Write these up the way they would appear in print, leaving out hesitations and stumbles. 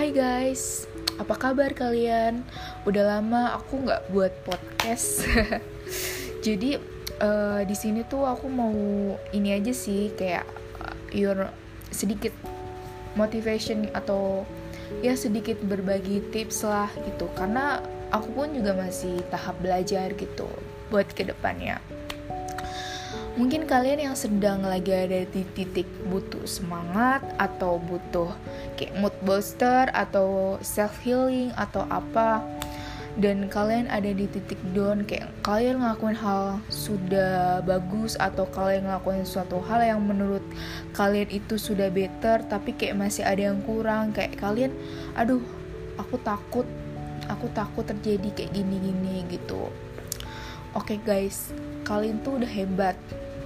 Hai guys, apa kabar kalian? Udah lama aku nggak buat podcast. Jadi di sini tuh aku mau ini aja sih kayak sedikit motivation atau ya sedikit berbagi tips lah gitu. Karena aku pun juga masih tahap belajar gitu buat kedepannya. Mungkin kalian yang sedang lagi ada di titik butuh semangat atau butuh kayak mood booster atau self healing atau apa, dan kalian ada di titik down, kayak kalian ngelakuin hal sudah bagus atau kalian ngelakuin suatu hal yang menurut kalian itu sudah better tapi kayak masih ada yang kurang, kayak kalian aku takut terjadi kayak gini gitu. Oke guys, kalian tuh udah hebat.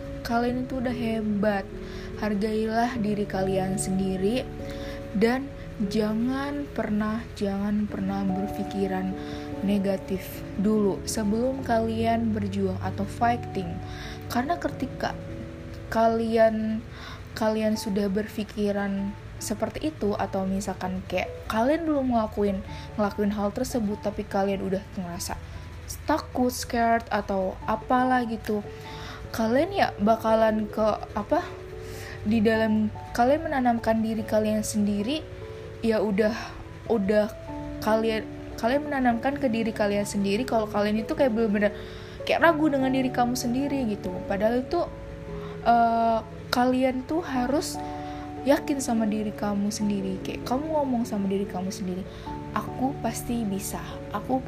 Hargailah diri kalian sendiri dan jangan pernah berpikiran negatif dulu sebelum kalian berjuang atau fighting. Karena ketika kalian sudah berpikiran seperti itu, atau misalkan kayak kalian belum ngelakuin hal tersebut tapi kalian udah ngerasa takut, scared atau apalah gitu, kalian ya bakalan di dalam kalian menanamkan diri kalian sendiri, ya udah kalian menanamkan ke diri kalian sendiri kalau kalian itu kayak benar-benar kayak ragu dengan diri kamu sendiri gitu. Padahal itu kalian tuh harus yakin sama diri kamu sendiri, kayak kamu ngomong sama diri kamu sendiri, aku pasti bisa, aku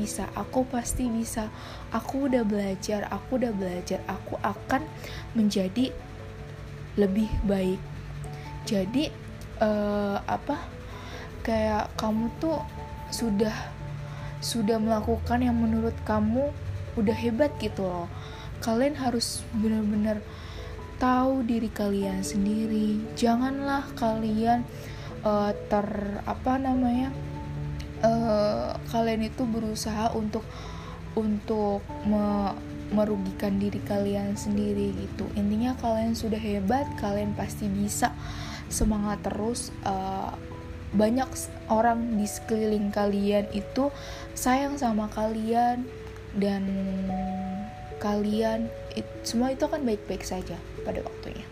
udah belajar, aku akan menjadi lebih baik. Jadi kayak kamu tuh sudah melakukan yang menurut kamu udah hebat gitu loh. Kalian harus benar-benar tahu diri kalian sendiri. Janganlah kalian kalian itu berusaha untuk merugikan diri kalian sendiri gitu. Intinya kalian sudah hebat, kalian pasti bisa. Semangat terus. Banyak orang di sekeliling kalian itu sayang sama kalian, dan kalian semua itu akan baik-baik saja pada waktunya.